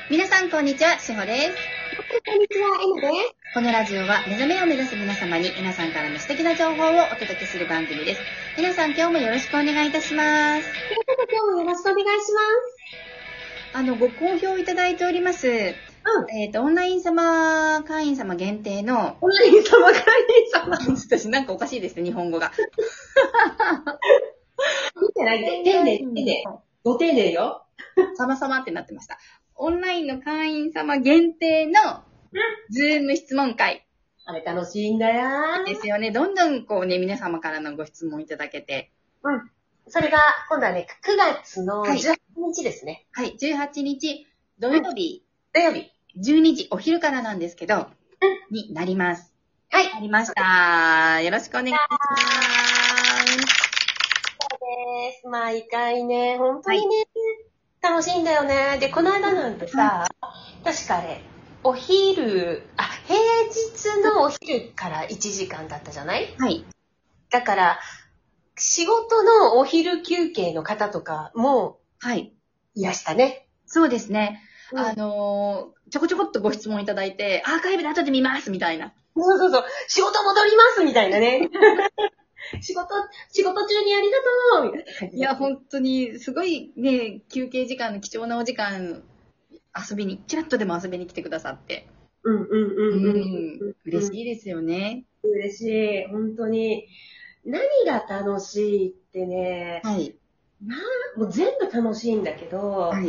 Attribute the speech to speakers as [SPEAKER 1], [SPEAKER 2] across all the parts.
[SPEAKER 1] 皆さんこんにちは、しほです。
[SPEAKER 2] こんにちは、えなです。
[SPEAKER 1] このラジオは目覚めを目指す皆様に皆さんからの素敵な情報をお届けする番組です。皆さん今日もよろしくお願いいたします。
[SPEAKER 2] 今日もよろしくお願いします。
[SPEAKER 1] ご好評いただいております。オンライン様、会員様限定の。
[SPEAKER 2] オンライン様、会員様。
[SPEAKER 1] 私なんかおかしいですね、日本語が。
[SPEAKER 2] 見てないで、丁寧。ご丁寧よ。
[SPEAKER 1] 様ってなってました。オンラインの会員様限定の、ズーム質問会。
[SPEAKER 2] あれ楽しいんだよ。
[SPEAKER 1] ですよね。どんどんこうね、皆様からのご質問いただけて。
[SPEAKER 2] それが、今度はね、9月の18日ですね。
[SPEAKER 1] はい、18日土曜日。
[SPEAKER 2] 土曜日。
[SPEAKER 1] 12時、お昼からなんですけど、になります。
[SPEAKER 2] はい。
[SPEAKER 1] なりました。よろしくお願いします。
[SPEAKER 2] そうです。毎回ね、本当にね、楽しいんだよね。で、この間なんてさ、確かあれ、平日のお昼から1時間だったじゃない？
[SPEAKER 1] はい。
[SPEAKER 2] だから、仕事のお昼休憩の方とかも、
[SPEAKER 1] はい。
[SPEAKER 2] いらしたね。
[SPEAKER 1] そうですね。ちょこちょこっとご質問いただいて、アーカイブで後で見ますみたいな。
[SPEAKER 2] そう。仕事戻りますみたいなね。仕事中にありがとうみたいな感じ。
[SPEAKER 1] いや、本当に、すごいね、休憩時間の貴重なお時間、ちらっとでも遊びに来てくださって。嬉しいですよね。
[SPEAKER 2] 嬉しい。本当に。何が楽しいってね。
[SPEAKER 1] はい。
[SPEAKER 2] もう全部楽しいんだけど、
[SPEAKER 1] はい。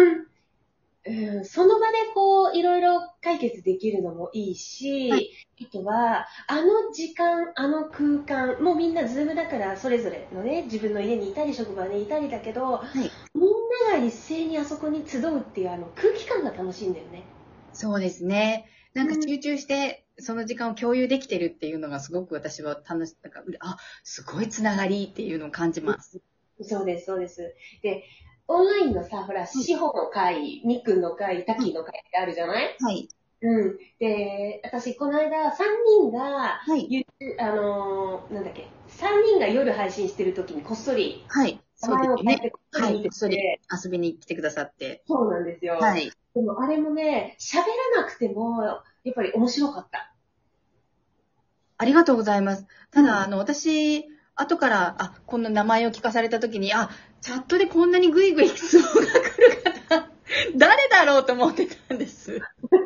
[SPEAKER 2] その場でこういろいろ解決できるのもいいし、あとはあの時間あの空間もうみんなズームだからそれぞれのね自分の家にいたり職場にいたりだけど、みんなが一斉にあそこに集うっていうあの空気感が楽しいんだよね。
[SPEAKER 1] そうですね。なんか集中してその時間を共有できてるっていうのがすごく私は楽しい。すごいつながりっていうのを感じます。
[SPEAKER 2] そうです。で、オンラインのさ、ほら、志保の会、みっくんの会、タッキーの会ってあるじゃない？
[SPEAKER 1] はい。
[SPEAKER 2] で、私、この間、3人が、なんだっけ、3人が夜配信してる時にこっそり、
[SPEAKER 1] はい。
[SPEAKER 2] 名前を変えてこっそり
[SPEAKER 1] こっそり遊びに来てくださって。
[SPEAKER 2] そうなんですよ。
[SPEAKER 1] はい。
[SPEAKER 2] でも、あれもね、喋らなくても、やっぱり面白かった。
[SPEAKER 1] ありがとうございます。ただ、私、後から、この名前を聞かされたときに、チャットでこんなにグイグイ質問が来る方、誰だろうと思ってたんです。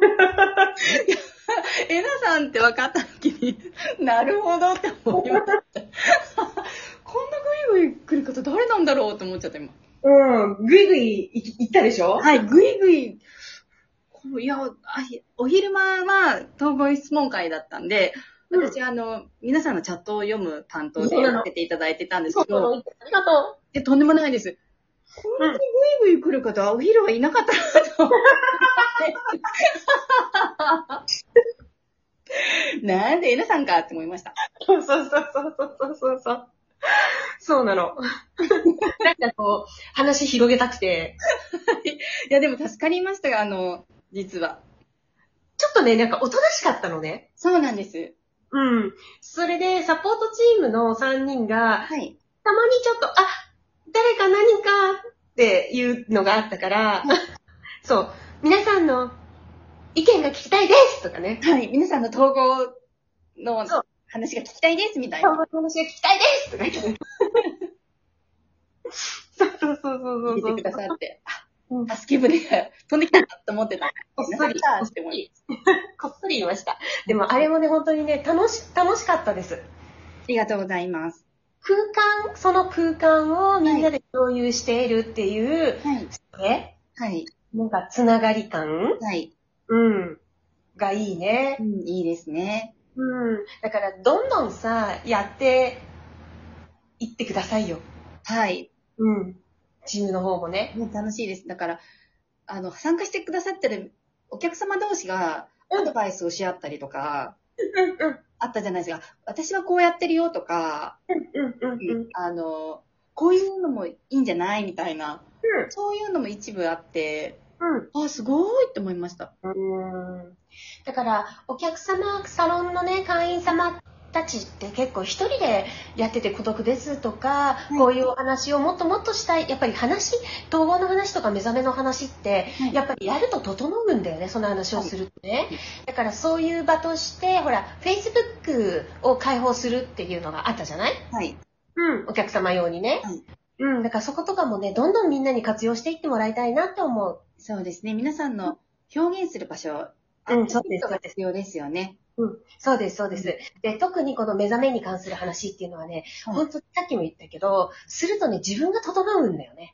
[SPEAKER 1] えなさんって分かったときに、なるほどって思いました。こんなグイグイ来る方誰なんだろうと思っちゃった今。
[SPEAKER 2] グイグイ行ったでしょ？
[SPEAKER 1] はい、グイグイ。いや、お昼間は統合質問会だったんで、私、皆さんのチャットを読む担当でやらせていただいてたんですけど、
[SPEAKER 2] ありがとう。
[SPEAKER 1] とんでもないです。こんなにグイグイ来る方はお昼はいなかったなと思って。なんで、えなさんかって思いました。
[SPEAKER 2] そう。そうなの。なんかこう、話広げたくて。
[SPEAKER 1] いや、でも助かりましたが、実は。
[SPEAKER 2] ちょっとね、なんかおとなしかったのね。
[SPEAKER 1] そうなんです。
[SPEAKER 2] それで、サポートチームの3人が、
[SPEAKER 1] はい。
[SPEAKER 2] たまにちょっと、誰か何かっていうのがあったから、そう、皆さんの意見が聞きたいですとかね。
[SPEAKER 1] はい、皆さんの統合の話が聞きたいですみたいな。
[SPEAKER 2] 統合の話が聞きたいですとか言って。そう。
[SPEAKER 1] 聞いてくださって。助け舟が飛んできたと思ってた。
[SPEAKER 2] こっそり言いました。でもあれもね、本当にね、楽しかったです。
[SPEAKER 1] ありがとうございます。
[SPEAKER 2] その空間をみんなで共有しているっていう、
[SPEAKER 1] はい。
[SPEAKER 2] なんかつながり感がいいね。
[SPEAKER 1] いいですね。
[SPEAKER 2] だからどんどんさ、やっていってくださいよ。
[SPEAKER 1] はい。
[SPEAKER 2] チームの方もね。
[SPEAKER 1] 楽しいです。だから、参加してくださってるお客様同士がアドバイスをし合ったりとか、あったじゃないですか。私はこうやってるよとか、こういうのもいいんじゃないみたいな、そういうのも一部あって、すごいって思いました。
[SPEAKER 2] だから、お客様、サロンのね、会員様たちって結構一人でやってて孤独ですとか、こういうお話をもっともっとしたい。やっぱり統合の話とか目覚めの話って、やっぱりやると整うんだよね、その話をするとね。だからそういう場として、ほら、Facebook を開放するっていうのがあったじゃない？
[SPEAKER 1] はい。
[SPEAKER 2] お客様用にね。だからそことかもね、どんどんみんなに活用していってもらいたいなって思う。
[SPEAKER 1] そうですね。皆さんの表現する場所、
[SPEAKER 2] そうです。
[SPEAKER 1] が必要ですよね。
[SPEAKER 2] そうです、そうです。で、特にこの目覚めに関する話っていうのはね、本当さっきも言ったけど、するとね、自分が整うんだよね。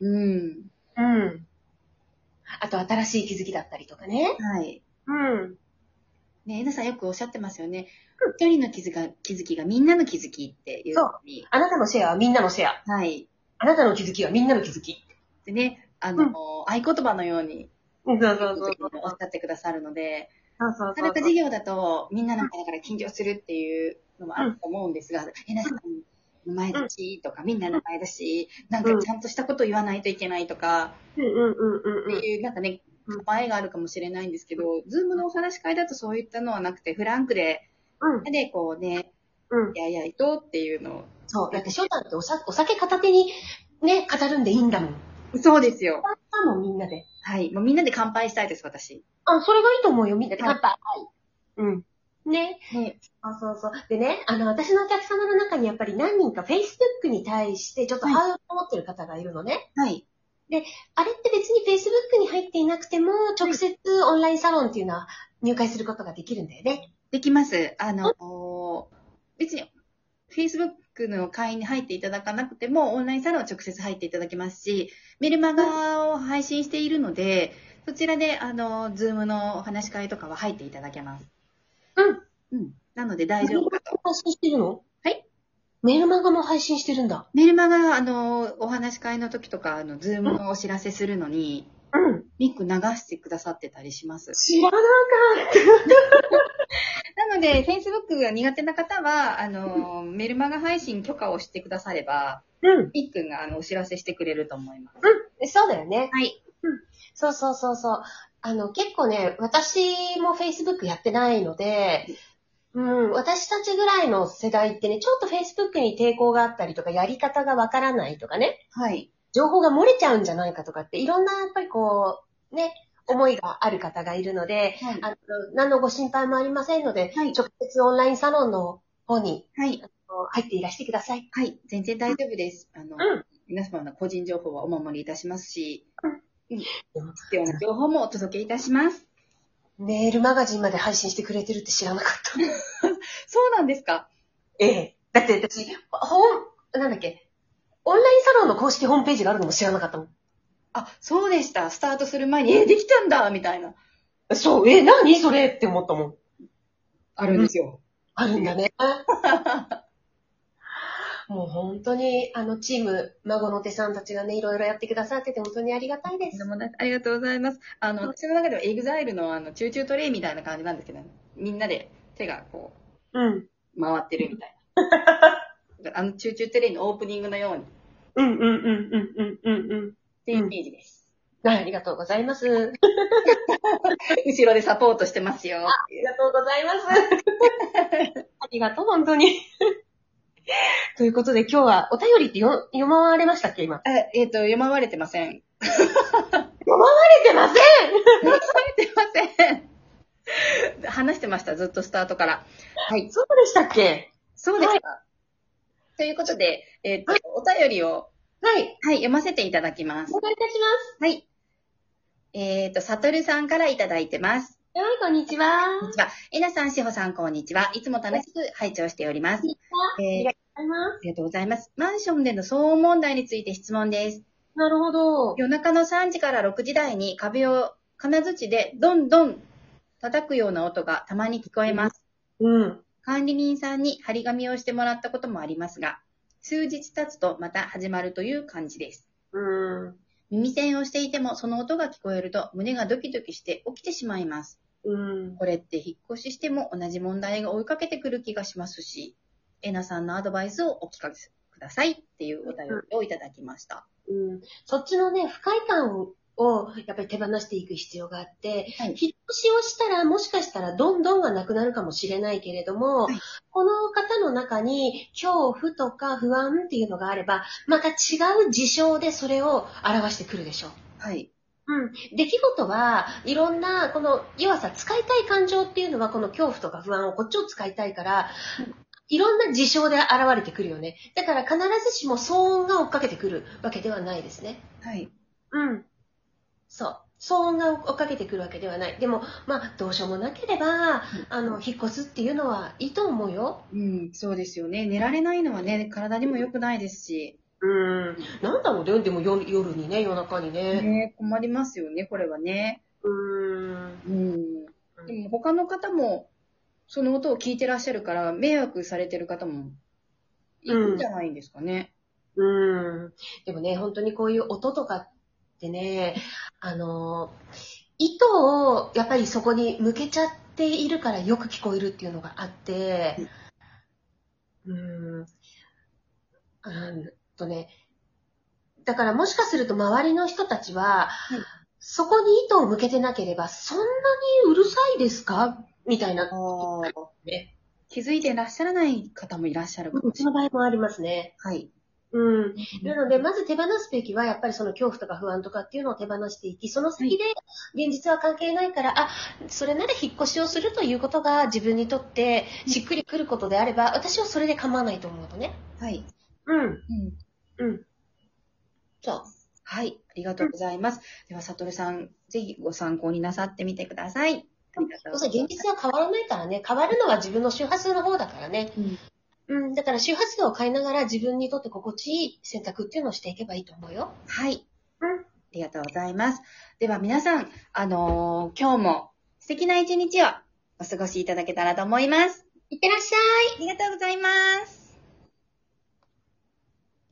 [SPEAKER 2] あと、新しい気づきだったりとかね。
[SPEAKER 1] はい。ね、えなさんよくおっしゃってますよね。一人の気づきがみんなの気づきっていう。
[SPEAKER 2] そう。あなたのシェアはみんなのシェア。
[SPEAKER 1] はい。
[SPEAKER 2] あなたの気づきはみんなの気づき。
[SPEAKER 1] でね、合言葉のように、おっしゃってくださるので、なかなか授業だとみんなの前だから緊張するっていうのもあると思うんですが、えなさんの前だしとか、みんなの前だし、なんかちゃんとしたこと言わないといけないとか、っていう、なんかね、前があるかもしれないんですけど、ズームのお話し会だとそういったのはなくて、フランクで、で、こうね、ややいとっていうのを。
[SPEAKER 2] そう。だって、翔太ってお酒片手にね、語るんでいいんだもん。
[SPEAKER 1] そうですよ。
[SPEAKER 2] もうみんなで。
[SPEAKER 1] はい。もうみんなで乾杯したいです、私。
[SPEAKER 2] それがいいと思うよ、みんなで乾杯。ね。
[SPEAKER 1] ね。
[SPEAKER 2] そう。でね、私のお客様の中にやっぱり何人か Facebook に対してちょっとハードルを持ってる方がいるのね。
[SPEAKER 1] はい。
[SPEAKER 2] で、あれって別に Facebook に入っていなくても、直接オンラインサロンっていうのは入会することができるんだよね。
[SPEAKER 1] できます。別に Facebook の会員に入っていただかなくても、オンラインサロンは直接入っていただけますし、メルマガを配信しているので、そちらで、Zoom のお話し会とかは入っていただけます。なので大丈夫かと。
[SPEAKER 2] 配信してるの？
[SPEAKER 1] はい。
[SPEAKER 2] メルマガも配信してるんだ。
[SPEAKER 1] メルマガ、お話し会の時とか、Zoom のお知らせするのに、リンク流してくださってたりします。
[SPEAKER 2] 知らなかった。
[SPEAKER 1] なので、Facebook が苦手な方は、メルマガ配信許可をしてくだされば、リンクがお知らせしてくれると思います。
[SPEAKER 2] そうだよね。
[SPEAKER 1] はい。
[SPEAKER 2] そう。結構ね、私も Facebook やってないので、私たちぐらいの世代ってね、ちょっと Facebook に抵抗があったりとか、やり方がわからないとかね。
[SPEAKER 1] はい。
[SPEAKER 2] 情報が漏れちゃうんじゃないかとかって、いろんなやっぱりこう、ね、思いがある方がいるので、何のご心配もありませんので、直接オンラインサロンの方に、入っていらしてください。
[SPEAKER 1] はい、全然大丈夫です。皆様の個人情報はお守りいたしますし、必要な情報もお届けいたします。
[SPEAKER 2] メールマガジンまで配信してくれてるって知らなかった。
[SPEAKER 1] そうなんですか？
[SPEAKER 2] だって私、なんだっけ、オンラインサロンの公式ホームページがあるのも知らなかったもん。
[SPEAKER 1] あ、そうでした。スタートする前に、できたんだみたいな。
[SPEAKER 2] そう、何それって思ったもん。
[SPEAKER 1] あるんですよ。
[SPEAKER 2] あるんだね。もう本当に、チーム、孫の手さんたちがね、いろいろやってくださってて、本当にありがたいです。
[SPEAKER 1] ありがとうございます。私の中では EXILE のチューチュートレイみたいな感じなんですけど、みんなで手がこう、回ってるみたいな。チューチュートレイのオープニングのように。っていうイメージです。
[SPEAKER 2] ありがとうございます。
[SPEAKER 1] 後ろでサポートしてますよ。
[SPEAKER 2] ありがとうございます。ありがとう、本当に。ということで今日はお便りって読まれましたっけ、今。
[SPEAKER 1] 読まれてません。
[SPEAKER 2] 読まれてません
[SPEAKER 1] 読まれてません話してました、ずっとスタートから。
[SPEAKER 2] はい。そうでしたっけ？
[SPEAKER 1] そうですか。ということで、お便りを、読ませていただきます。
[SPEAKER 2] お願いいたします。
[SPEAKER 1] さとるさんからいただいてます。
[SPEAKER 2] はい、こんにちは。
[SPEAKER 1] こんにちは。えなさん、しほさん、こんにちは。いつも楽しく拝聴しております。
[SPEAKER 2] ありがとうございます。
[SPEAKER 1] ありがとうございます。マンションでの騒音問題について質問です。
[SPEAKER 2] なるほど。
[SPEAKER 1] 夜中の3時から6時台に壁を金槌でどんどん叩くような音がたまに聞こえます。管理人さんに張り紙をしてもらったこともありますが、数日経つとまた始まるという感じです。耳栓をしていてもその音が聞こえると胸がドキドキして起きてしまいます。これって引っ越ししても同じ問題が追いかけてくる気がしますし、えなさんのアドバイスをお聞かせくださいっていうお便りをいただきました。
[SPEAKER 2] そっちのね、不快感をやっぱり手放していく必要があって、
[SPEAKER 1] はい
[SPEAKER 2] 引っ越しをしたらもしかしたらどんどんはなくなるかもしれないけれども、
[SPEAKER 1] はい
[SPEAKER 2] この方の中に恐怖とか不安っていうのがあれば、また違う事象でそれを表してくるでしょう。
[SPEAKER 1] はい。
[SPEAKER 2] うん。出来事はいろんな、要はさ、使いたい感情っていうのはこの恐怖とか不安をこっちを使いたいから、いろんな事象で現れてくるよね。だから必ずしも騒音が追っかけてくるわけではないですね。
[SPEAKER 1] はい。
[SPEAKER 2] うん。そう。騒音が追っかけてくるわけではない。でも、どうしようもなければ、引っ越すっていうのはいいと思うよ。
[SPEAKER 1] うん、そうですよね。寝られないのはね、体にも良くないですし。
[SPEAKER 2] なんだろうね。でも夜にね、夜中にね。
[SPEAKER 1] ね、困りますよね、これはね。うん。でも他の方も、その音を聞いてらっしゃるから、迷惑されてる方もいるんじゃないんですかね。
[SPEAKER 2] でもね、本当にこういう音とかってね、意図をやっぱりそこに向けちゃっているからよく聞こえるっていうのがあって、だからもしかすると周りの人たちは、
[SPEAKER 1] はい
[SPEAKER 2] そこに意図を向けてなければ、そんなにうるさいですかみたいな、ね。
[SPEAKER 1] 気づいてらっしゃらない方もいらっしゃるかもし
[SPEAKER 2] その
[SPEAKER 1] れない。
[SPEAKER 2] 場合もありますね。
[SPEAKER 1] はい。
[SPEAKER 2] なので、まず手放すべきは、やっぱりその恐怖とか不安とかっていうのを手放していき、その先で、現実は関係ないから、それなら引っ越しをするということが自分にとってしっくりくることであれば、私はそれで構わないと思うのね。
[SPEAKER 1] はい。
[SPEAKER 2] そう。
[SPEAKER 1] はい。ありがとうございます。では、さとるさん、ぜひご参考になさってみてください。ありがとうございます。
[SPEAKER 2] 現実は変わらないからね。変わるのは自分の周波数の方だからね。だから周波数を変えながら自分にとって心地いい選択っていうのをしていけばいいと思うよ。
[SPEAKER 1] はい。ありがとうございます。では皆さん、今日も素敵な一日をお過ごしいただけたらと思います。
[SPEAKER 2] いってらっしゃい。
[SPEAKER 1] ありがとうございます。